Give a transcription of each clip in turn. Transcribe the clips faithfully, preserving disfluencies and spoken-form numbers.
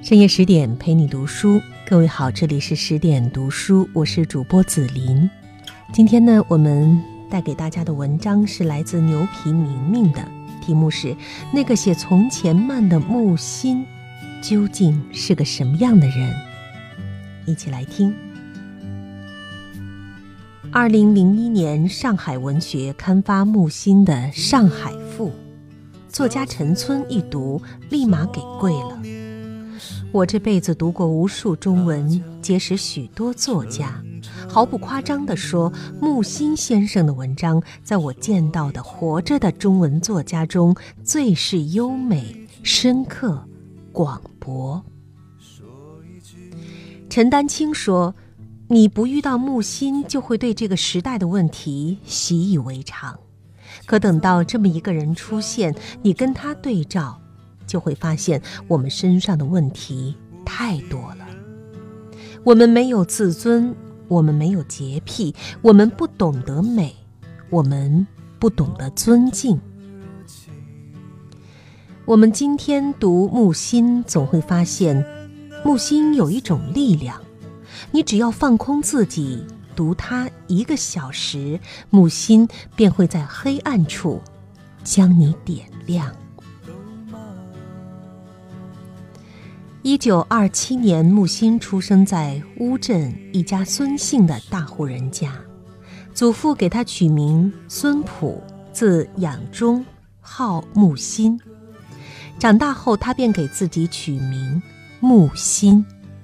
深夜十点陪你读书，各位好，这里是十点读书，我是主播紫琳。今天呢，我们带给大家的文章是来自牛皮明明的，题目是那个写从前慢的木心究竟是个什么样的人？一起来听。二零零一年，上海文学刊发木心的《上海赋》，作家陈村一读，立马给跪了。我这辈子读过无数中文，结识许多作家，毫不夸张地说，木心先生的文章在我见到的活着的中文作家中最是优美、深刻、广博。陈丹青说，你不遇到木心就会对这个时代的问题习以为常，可等到这么一个人出现，你跟他对照，就会发现我们身上的问题太多了。我们没有自尊，我们没有洁癖，我们不懂得美，我们不懂得尊敬。我们今天读木心，总会发现木心有一种力量，你只要放空自己，读它一个小时，木心便会在黑暗处将你点亮。一九二七年，木心出生在乌镇一家孙姓的大户人家，祖父给他取名孙普，字养忠，号木心。长大后，他便给自己取名木心。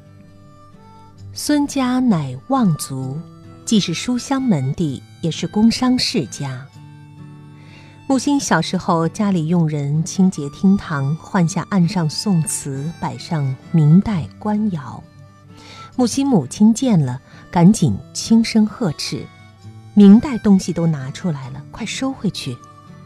孙家乃望族，既是书香门第，也是工商世家。木心小时候，家里佣人清洁厅堂，换下案上宋词，摆上明代官窑。木心母亲见了，赶紧轻声呵斥：明代东西都拿出来了，快收回去。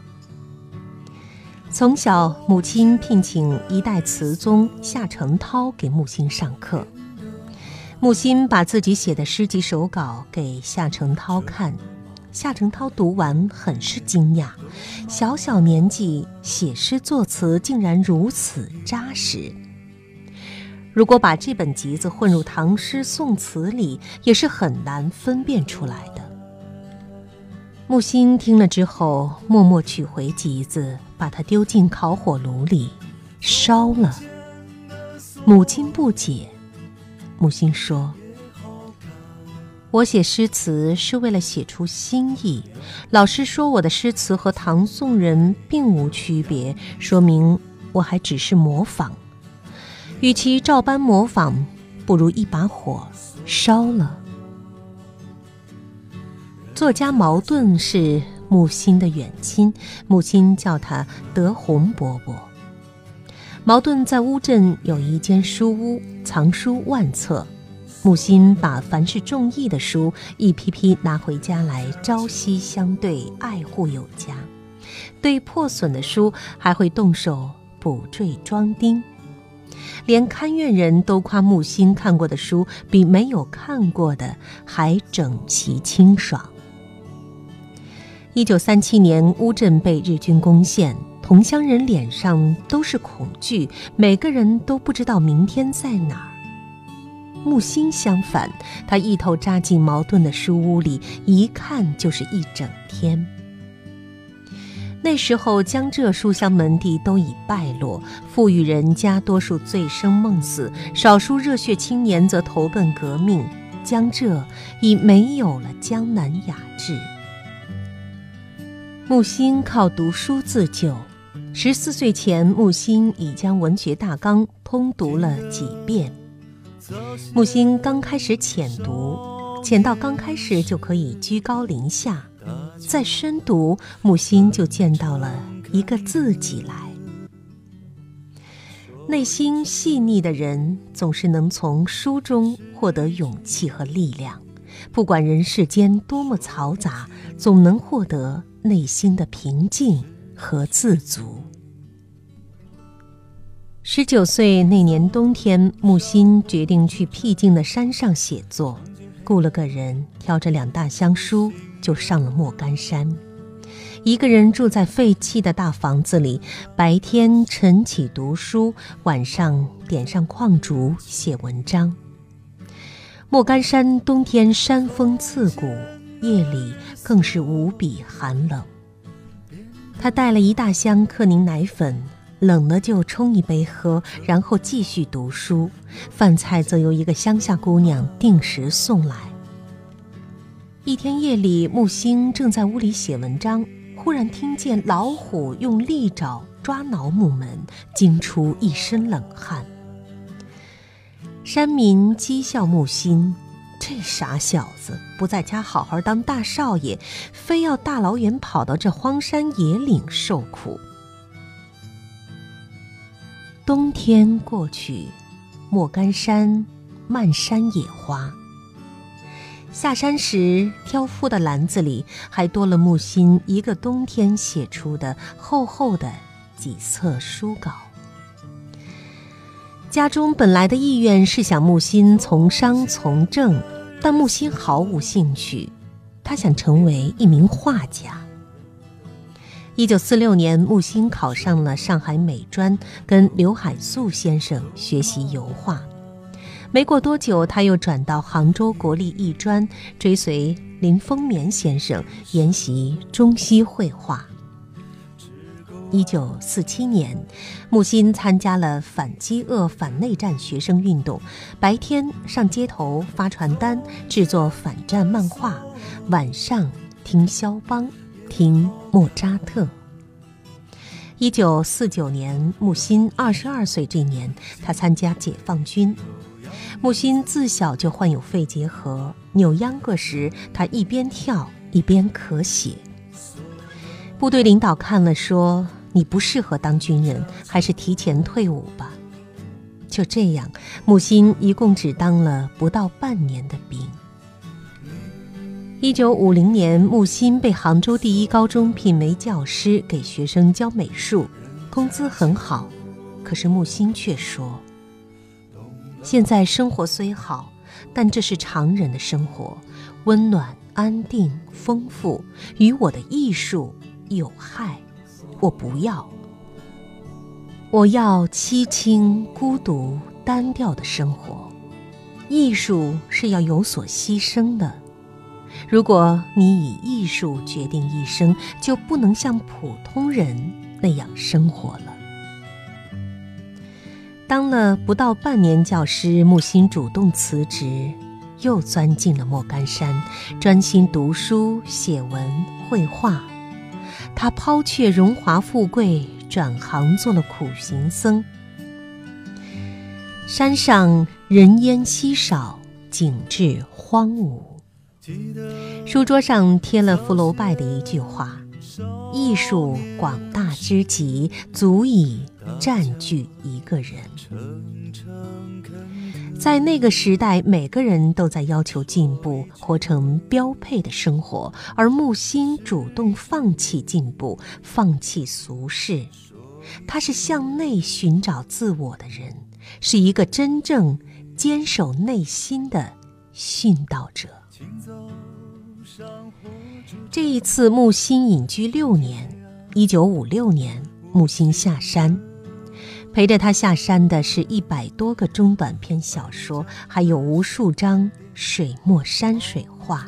从小，母亲聘请一代词宗夏承焘给木心上课。木心把自己写的诗集手稿给夏承焘看，夏承焘读完很是惊讶，小小年纪写诗作词竟然如此扎实。如果把这本集子混入唐诗宋词里，也是很难分辨出来的。木心听了之后，默默取回集子，把它丢进烤火炉里烧了。母亲不解，木心说，我写诗词是为了写出新意，老师说我的诗词和唐宋人并无区别，说明我还只是模仿。与其照搬模仿，不如一把火烧了。作家茅盾是木心的远亲，木心叫他德宏伯伯。茅盾在乌镇有一间书屋，藏书万册。木心把凡是中意的书一批批拿回家来，朝夕相对，爱护有加。对破损的书还会动手补缀装订。连看院人都夸木心看过的书比没有看过的还整齐清爽。一九三七年，乌镇被日军攻陷，同乡人脸上都是恐惧，每个人都不知道明天在哪儿。木心相反，他一头扎进茅盾的书屋里，一看就是一整天。那时候江浙书香门第都已败落，富裕人家多数醉生梦死，少数热血青年则投奔革命，江浙已没有了江南雅致。木心靠读书自救，十四岁前，木心已将文学大纲通读了几遍。木心刚开始浅读，浅到刚开始就可以居高临下，再深读，木心就见到了一个自己来。内心细腻的人总是能从书中获得勇气和力量，不管人世间多么嘈杂，总能获得内心的平静和自足。十九岁那年冬天，木心决定去僻静的山上写作，雇了个人，挑着两大箱书就上了莫干山。 一个人住在废弃的大房子里，白天晨起读书，晚上点上矿烛写文章。莫干山冬天山风刺骨，夜里更是无比寒冷。他带了一大箱克宁奶粉，冷了就冲一杯喝，然后继续读书。饭菜则由一个乡下姑娘定时送来。一天夜里，木星正在屋里写文章，忽然听见老虎用利爪抓挠木门，惊出一身冷汗。山民讥笑木星，这傻小子不在家好好当大少爷，非要大老远跑到这荒山野岭受苦。冬天过去，莫干山漫山野花。下山时，挑夫的篮子里还多了木心一个冬天写出的厚厚的几册书稿。家中本来的意愿是想木心从商从政，但木心毫无兴趣，他想成为一名画家。一九四六年，木心考上了上海美专，跟刘海粟先生学习油画。没过多久，他又转到杭州国立艺专，追随林风眠先生研习中西绘画。一九四七年，木心参加了反饥饿、反内战学生运动，白天上街头发传单，制作反战漫画，晚上听肖邦，听莫扎特。一九四九年，木心二十二岁这年，他参加解放军。木心自小就患有肺结核，扭秧歌时他一边跳一边咳血。部队领导看了说，你不适合当军人，还是提前退伍吧。就这样，木心一共只当了不到半年的兵。一九五零年，木心被杭州第一高中聘为教师，给学生教美术，工资很好。可是木心却说，现在生活虽好，但这是常人的生活，温暖、安定、丰富，与我的艺术有害，我不要。我要凄清、孤独、单调的生活。艺术是要有所牺牲的。如果你以艺术决定一生，就不能像普通人那样生活了。当了不到半年教师，木心主动辞职，又钻进了莫干山，专心读书、写文、绘画。他抛却荣华富贵，转行做了苦行僧。山上人烟稀少，景致荒芜。书桌上贴了福楼拜的一句话：艺术广大之极，足以占据一个人。在那个时代，每个人都在要求进步，活成标配的生活，而木心主动放弃进步，放弃俗世。他是向内寻找自我的人，是一个真正坚守内心的殉道者。这一次木心隐居六年，一九五六年木心下山，陪着他下山的是一百多个中短篇小说，还有无数张水墨山水画。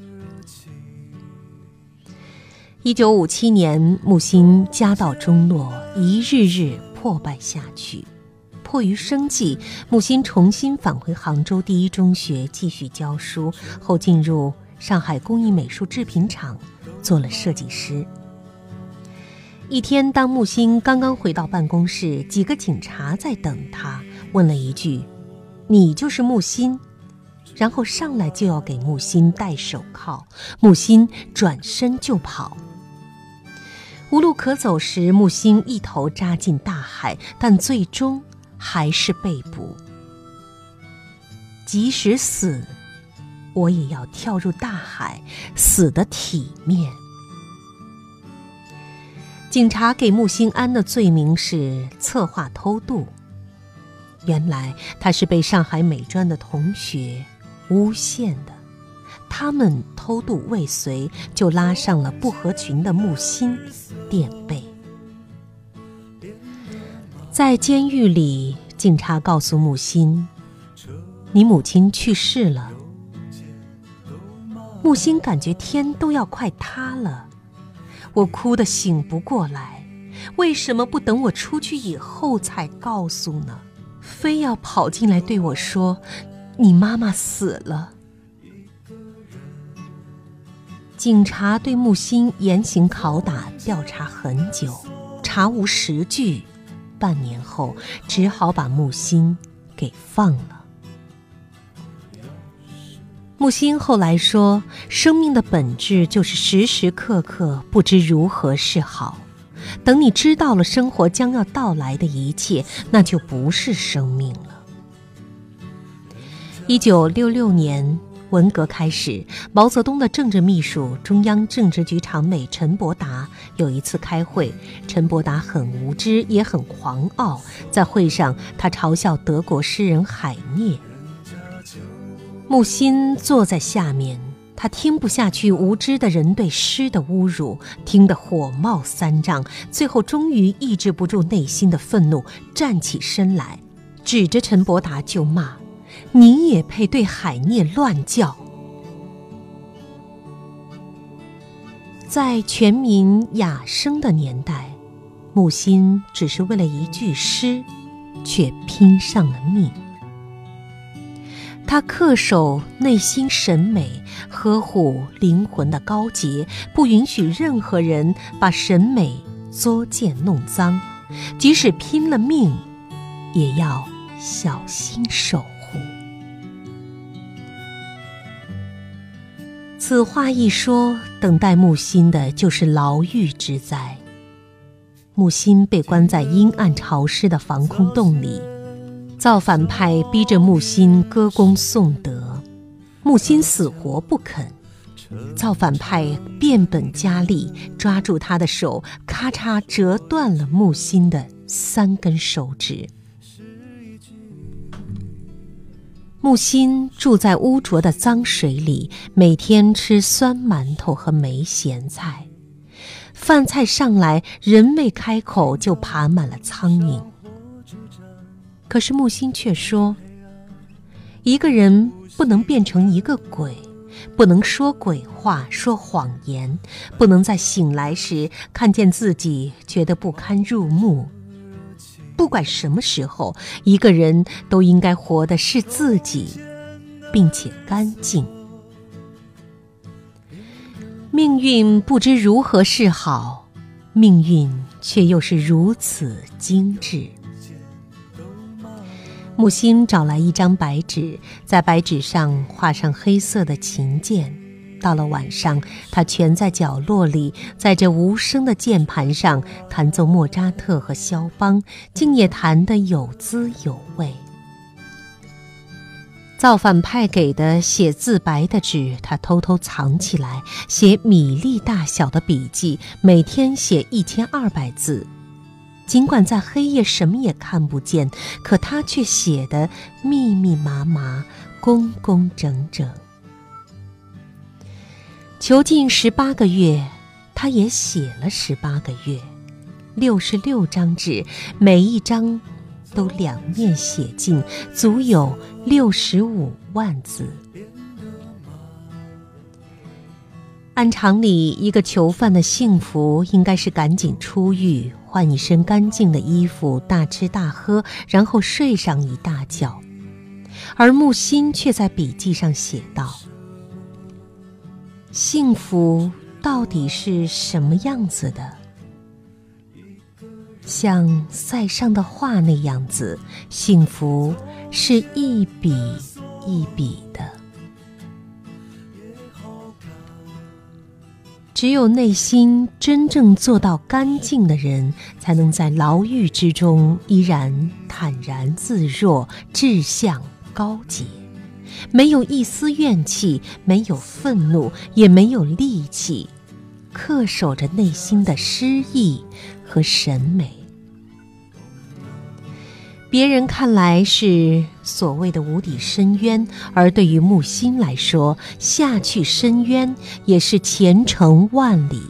一九五七年，木心家道中落，一日日破败下去。迫于生计，木心重新返回杭州第一中学继续教书，后进入上海工艺美术制品厂做了设计师。一天，当木心刚刚回到办公室，几个警察在等他，问了一句：“你就是木心？”然后上来就要给木心戴手铐，木心转身就跑。无路可走时，木心一头扎进大海，但最终还是被捕。即使死，我也要跳入大海，死得体面。警察给木心安的罪名是策划偷渡。原来他是被上海美专的同学诬陷的， 他们偷渡未遂，就拉上了不合群的木心垫背。在监狱里，警察告诉木心，你母亲去世了。木心感觉天都要快塌了，我哭得醒不过来，为什么不等我出去以后才告诉呢？非要跑进来对我说，你妈妈死了。警察对木心严刑拷打，调查很久，查无实据，半年后只好把木心给放了。木心后来说，生命的本质就是时时刻刻不知如何是好，等你知道了生活将要到来的一切，那就不是生命了。一九六六年文革开始，毛泽东的政治秘书、中央政治局常委陈伯达有一次开会，陈伯达很无知也很狂傲，在会上他嘲笑德国诗人海涅。木心坐在下面，他听不下去无知的人对诗的侮辱，听得火冒三丈，最后终于抑制不住内心的愤怒，站起身来，指着陈伯达就骂，你也配对海涅乱叫。在全民雅声的年代，木心只是为了一句诗，却拼上了命。他恪守内心审美，呵护灵魂的高洁，不允许任何人把审美作践弄脏，即使拼了命，也要小心守护。此话一说，等待木心的就是牢狱之灾。木心被关在阴暗潮湿的防空洞里，造反派逼着木心歌功颂德，木心死活不肯。造反派变本加厉，抓住他的手，咔嚓折断了木心的三根手指。木心住在污浊的脏水里，每天吃酸馒头和梅咸菜，饭菜上来，人未开口就爬满了苍蝇。可是木心却说，一个人不能变成一个鬼，不能说鬼话，说谎言，不能在醒来时看见自己觉得不堪入目。不管什么时候，一个人都应该活的是自己，并且干净。命运不知如何是好，命运却又是如此精致。木心找来一张白纸，在白纸上画上黑色的琴键。到了晚上，他蜷在角落里，在这无声的键盘上弹奏莫扎特和肖邦，竟也弹得有滋有味。造反派给的写字白的纸，他偷偷藏起来，写米粒大小的笔记，每天写一千二百字。尽管在黑夜什么也看不见，可他却写得密密麻麻，工工整整。囚禁十八个月，他也写了十八个月，六十六张纸，每一张都两面写尽，足有六十五万字。按常理，一个囚犯的幸福应该是赶紧出狱，换一身干净的衣服，大吃大喝，然后睡上一大觉。而木心却在笔记上写道，幸福到底是什么样子的？像塞上的画那样子，幸福是一笔一笔的。只有内心真正做到干净的人，才能在牢狱之中依然坦然自若，志向高洁，没有一丝怨气，没有愤怒，也没有戾气，恪守着内心的诗意和审美。 别人看来是所谓的无底深渊，而对于木心来说，下去深渊也是前程万里。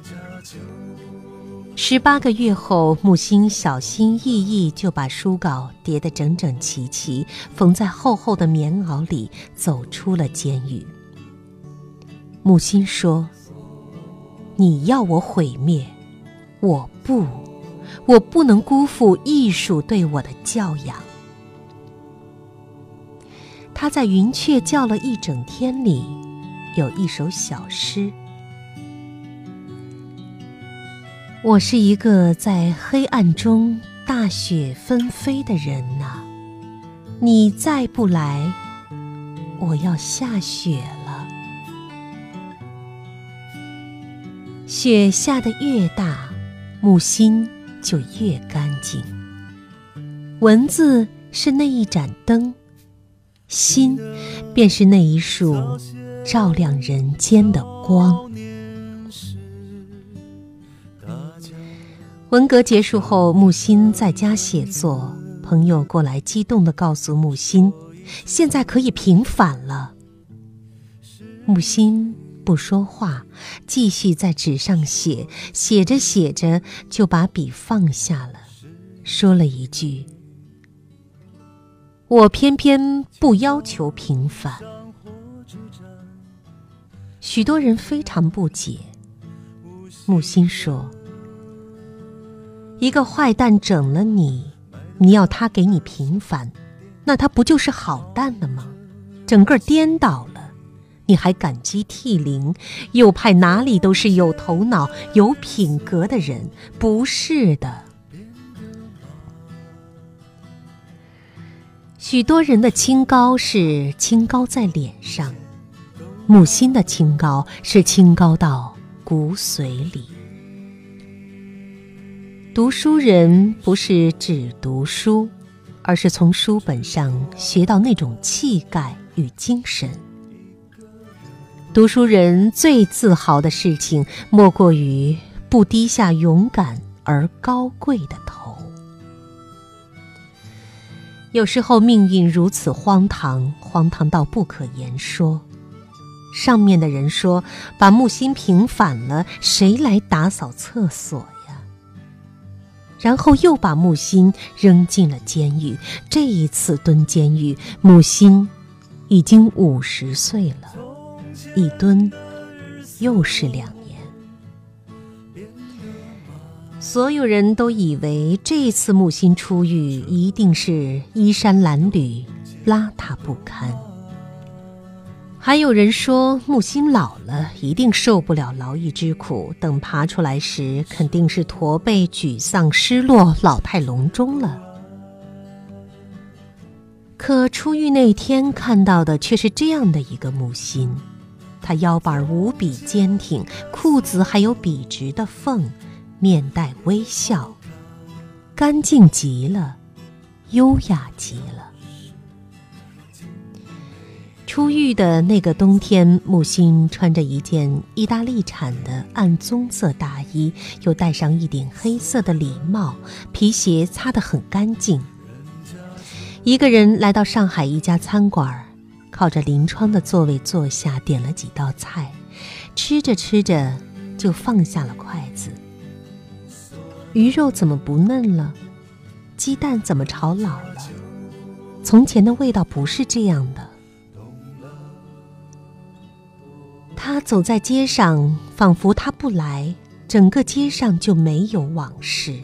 十八个月后，木心小心翼翼就把书稿叠得整整齐齐，缝在厚厚的棉袄里，走出了监狱。木心说：你要我毁灭，我不，我不能辜负艺术对我的教养。他在云雀叫了一整天里，有一首小诗：我是一个在黑暗中大雪纷飞的人呐，你再不来，我要下雪了。雪下得越大，木心就越干净。文字是那一盏灯，心便是那一束照亮人间的光。文革结束后，木心在家写作，朋友过来激动地告诉木心，现在可以平反了。木心不说话，继续在纸上写，写着写着就把笔放下了，说了一句：我偏偏不要求平反。许多人非常不解。木心说：一个坏蛋整了你，你要他给你平反，那他不就是好蛋了吗？整个颠倒了，你还感激涕零，右派哪里都是有头脑有品格的人，不是的。许多人的清高是清高在脸上，木心的清高是清高到骨髓里。读书人不是只读书，而是从书本上学到那种气概与精神。读书人最自豪的事情，莫过于不低下勇敢而高贵的头。有时候命运如此荒唐，荒唐到不可言说。上面的人说，把木心平反了，谁来打扫厕所呀？然后又把木心扔进了监狱。这一次蹲监狱，木心已经五十岁了，一蹲又是两年。所有人都以为这一次木心出狱一定是衣衫褴褛，邋遢不堪。还有人说木心老了，一定受不了牢狱之苦，等爬出来时肯定是驼背、沮丧、失落，老态龙钟了。可出狱那天看到的却是这样的一个木心，他腰板无比坚挺，裤子还有笔直的缝，面带微笑，干净极了，优雅极了。出狱的那个冬天，木心穿着一件意大利产的暗棕色大衣，又戴上一顶黑色的礼帽，皮鞋擦得很干净。一个人来到上海一家餐馆，靠着临窗的座位坐下，点了几道菜，吃着吃着就放下了筷子。鱼肉怎么不嫩了？鸡蛋怎么炒老了？从前的味道不是这样的。他走在街上，仿佛他不来，整个街上就没有往事。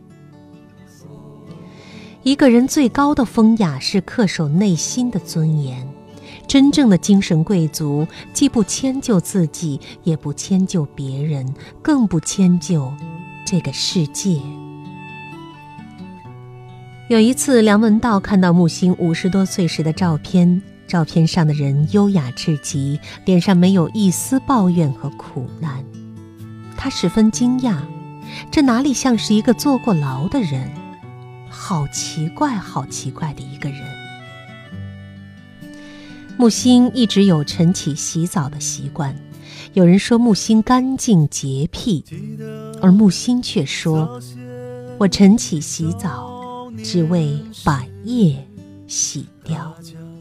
一个人最高的风雅是恪守内心的尊严。真正的精神贵族，既不迁就自己，也不迁就别人，更不迁就这个世界。有一次，梁文道看到木心五十多岁时的照片，照片上的人优雅至极，脸上没有一丝抱怨和苦难。他十分惊讶，这哪里像是一个坐过牢的人？好奇怪，好奇怪的一个人。木心一直有晨起洗澡的习惯，有人说木心干净洁癖，而木心却说：我晨起洗澡只为把业洗掉。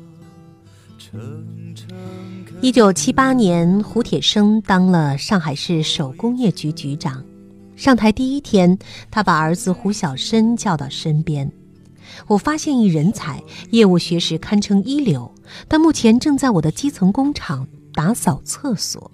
一九七八年，胡铁生当了上海市手工业局局长。上台第一天，他把儿子胡小生叫到身边。我发现一人才，业务学识堪称一流，但目前正在我的基层工厂打扫厕所。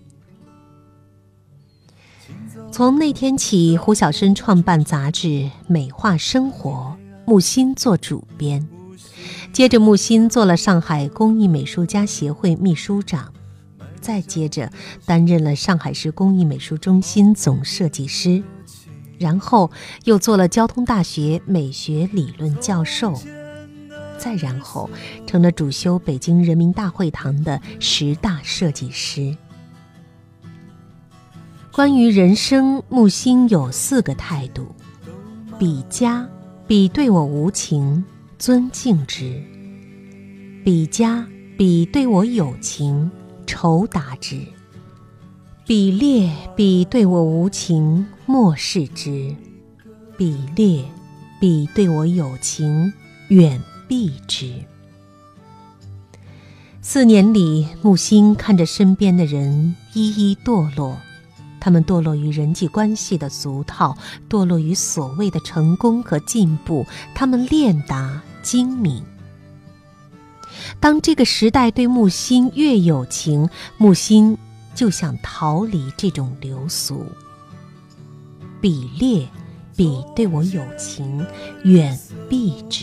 从那天起，胡小生创办杂志《美化生活》，木心做主编。接着木心做了上海工艺美术家协会秘书长，再接着担任了上海市工艺美术中心总设计师，然后又做了交通大学美学理论教授，再然后成了主修北京人民大会堂的十大设计师。关于人生，木心有四个态度：比家，比对我无情，尊敬之；比家，比对我有情，酬答之；比劣，比对我无情，漠视之；比劣，比对我有情，远避之。四年里，木心看着身边的人一一堕落，他们堕落于人际关系的俗套，堕落于所谓的成功和进步，他们练达精明。当这个时代对木心越有情，木心就想逃离这种流俗。比劣，比对我有情，远避之。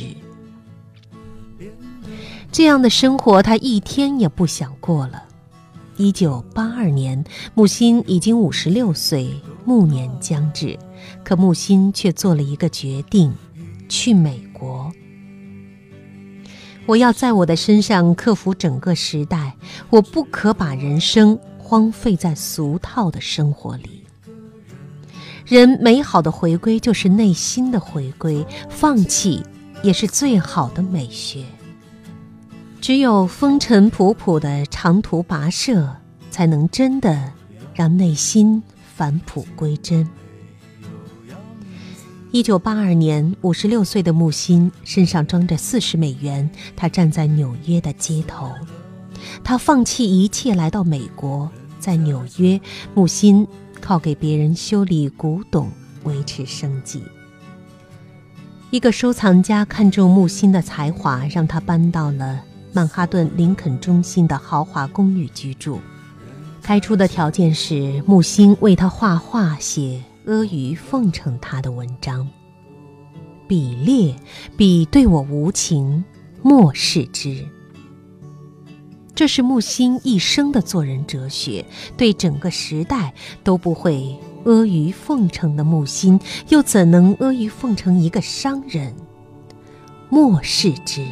这样的生活他一天也不想过了。一九八二年，木心已经五十六岁，暮年将至，可木心却做了一个决定，去美国。我要在我的身上克服整个时代，我不可把人生荒废在俗套的生活里。人美好的回归就是内心的回归，放弃也是最好的美学。只有风尘仆仆的长途跋涉，才能真的让内心返璞归真。一九八二年，五十六岁的木心身上装着四十美元，他站在纽约的街头。他放弃一切来到美国，在纽约，木心靠给别人修理古董维持生计。一个收藏家看中木心的才华，让他搬到了曼哈顿林肯中心的豪华公寓居住。开出的条件是木心为他画画，写阿谀奉承他的文章。比劣，比对我无情，漠视之。这是木心一生的做人哲学，对整个时代都不会阿谀奉承的木心，又怎能阿谀奉承一个商人？漠视之。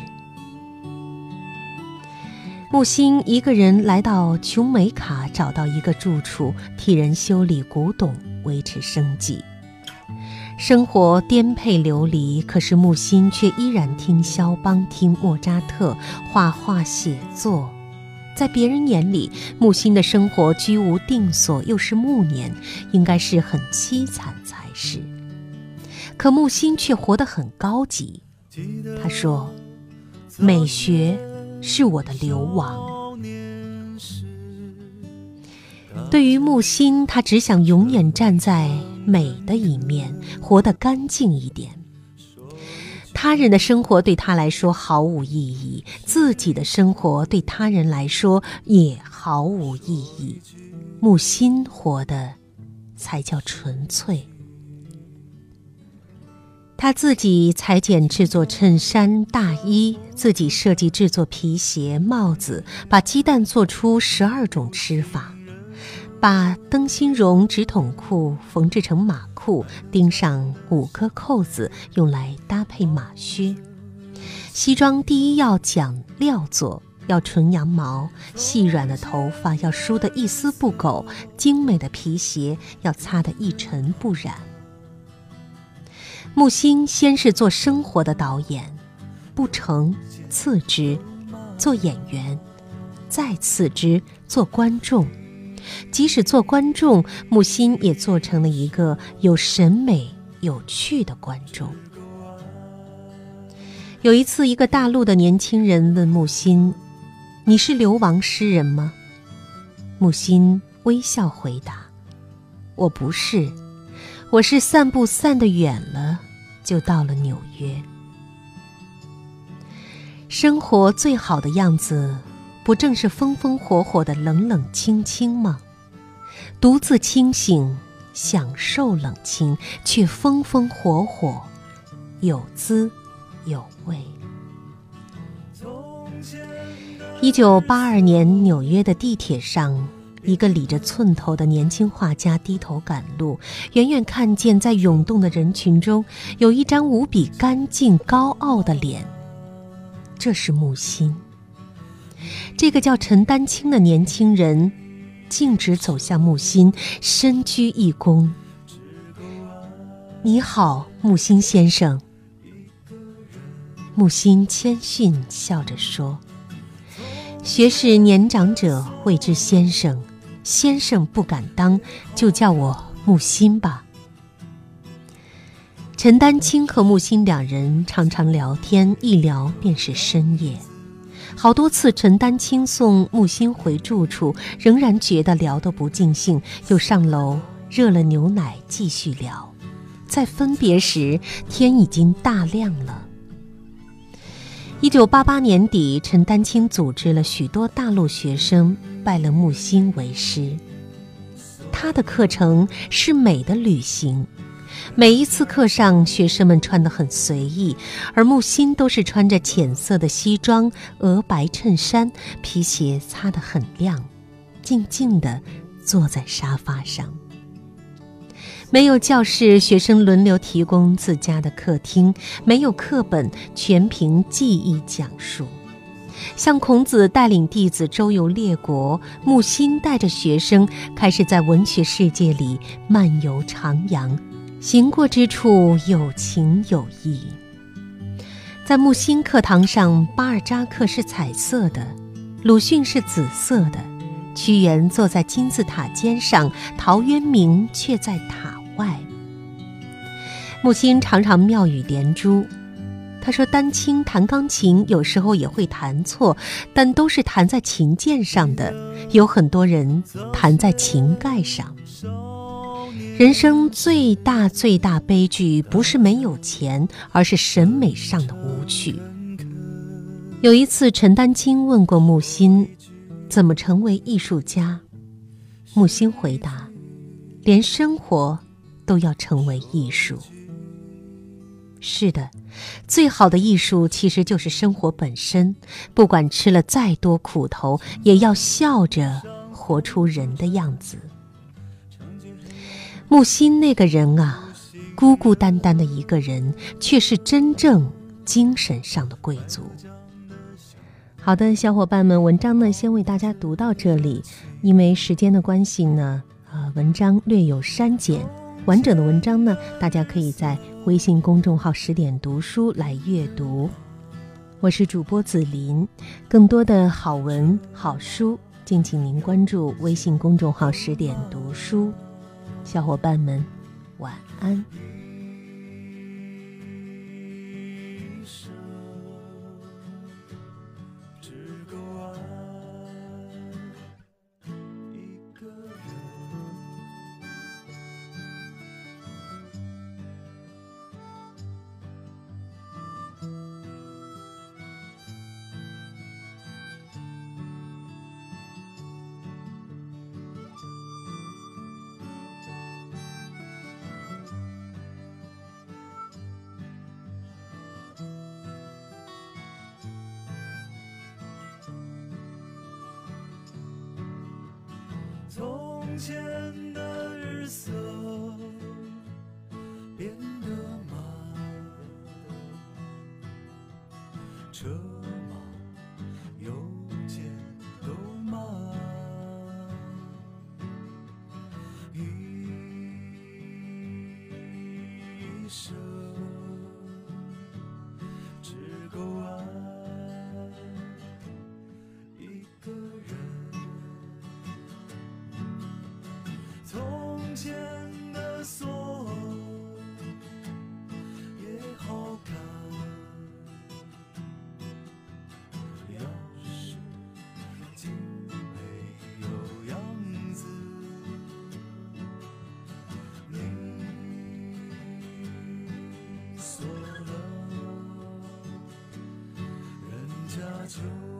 木心一个人来到琼美卡，找到一个住处，替人修理古董，维持生计。生活颠沛流离，可是木心却依然听肖邦，听莫扎特，画画写作。在别人眼里，木心的生活居无定所，又是暮年，应该是很凄惨才是。可木心却活得很高级。他说，美学是我的流亡。对于木心，他只想永远站在美的一面，活得干净一点。他人的生活对他来说毫无意义，自己的生活对他人来说也毫无意义。木心活的才叫纯粹。他自己裁剪制作衬衫、大衣，自己设计制作皮鞋、帽子，把鸡蛋做出十二种吃法，把灯芯绒直筒裤缝制成马裤，钉上五颗扣子，用来搭配马靴。西装第一要讲料做，要纯羊毛，细软的头发要梳得一丝不苟，精美的皮鞋要擦得一尘不染。木心先是做生活的导演，不成次之做演员，再次之做观众。即使做观众，木心也做成了一个有审美有趣的观众。 有一次，一个大陆的年轻人问木心：“你是流亡诗人吗？”木心微笑回答：“我不是，我是散步散得远了，就到了纽约。”生活最好的样子，不正是风风火火的冷冷清清吗？独自清醒，享受冷清，却风风火火，有滋有味。一九八二年，纽约的地铁上，一个理着寸头的年轻画家低头赶路，远远看见在涌动的人群中有一张无比干净高傲的脸，这是木心。这个叫陈丹青的年轻人径直走向木心，深鞠一躬：“你好，木心先生。”木心谦逊笑着说：“学士年长者谓之先生，先生不敢当，就叫我木心吧。”陈丹青和木心两人常常聊天，一聊便是深夜。好多次陈丹青送木心回住处，仍然觉得聊得不尽兴，又上楼热了牛奶继续聊。在分别时，天已经大亮了。一九八八年底，陈丹青组织了许多大陆学生拜了木心为师。他的课程是美的旅行，每一次课上，学生们穿得很随意，而木心都是穿着浅色的西装、鹅白衬衫，皮鞋擦得很亮，静静地坐在沙发上。没有教室，学生轮流提供自家的客厅，没有课本，全凭记忆讲述。像孔子带领弟子周游列国，木心带着学生开始在文学世界里漫游徜徉，行过之处有情有义。在木心课堂上，巴尔扎克是彩色的，鲁迅是紫色的，屈原坐在金字塔尖上，陶渊明却在塔外。木心常常妙语连珠，他说丹青弹钢琴有时候也会弹错，但都是弹在琴键上的，有很多人弹在琴盖上。人生最大最大悲剧不是没有钱，而是审美上的无趣。有一次陈丹青问过木心怎么成为艺术家，木心回答：连生活都要成为艺术。是的，最好的艺术其实就是生活本身，不管吃了再多苦头，也要笑着活出人的样子。木心那个人啊，孤孤单单的一个人，却是真正精神上的贵族。好的，小伙伴们，文章呢先为大家读到这里，因为时间的关系呢，呃，文章略有删减。完整的文章呢，大家可以在微信公众号十点读书来阅读。我是主播紫琳，更多的好文好书，敬请您关注微信公众号十点读书。小伙伴们，晚安。 从前的日色变得慢，车马邮件都慢，一生只够爱一个人。从前的锁也好看， 秋。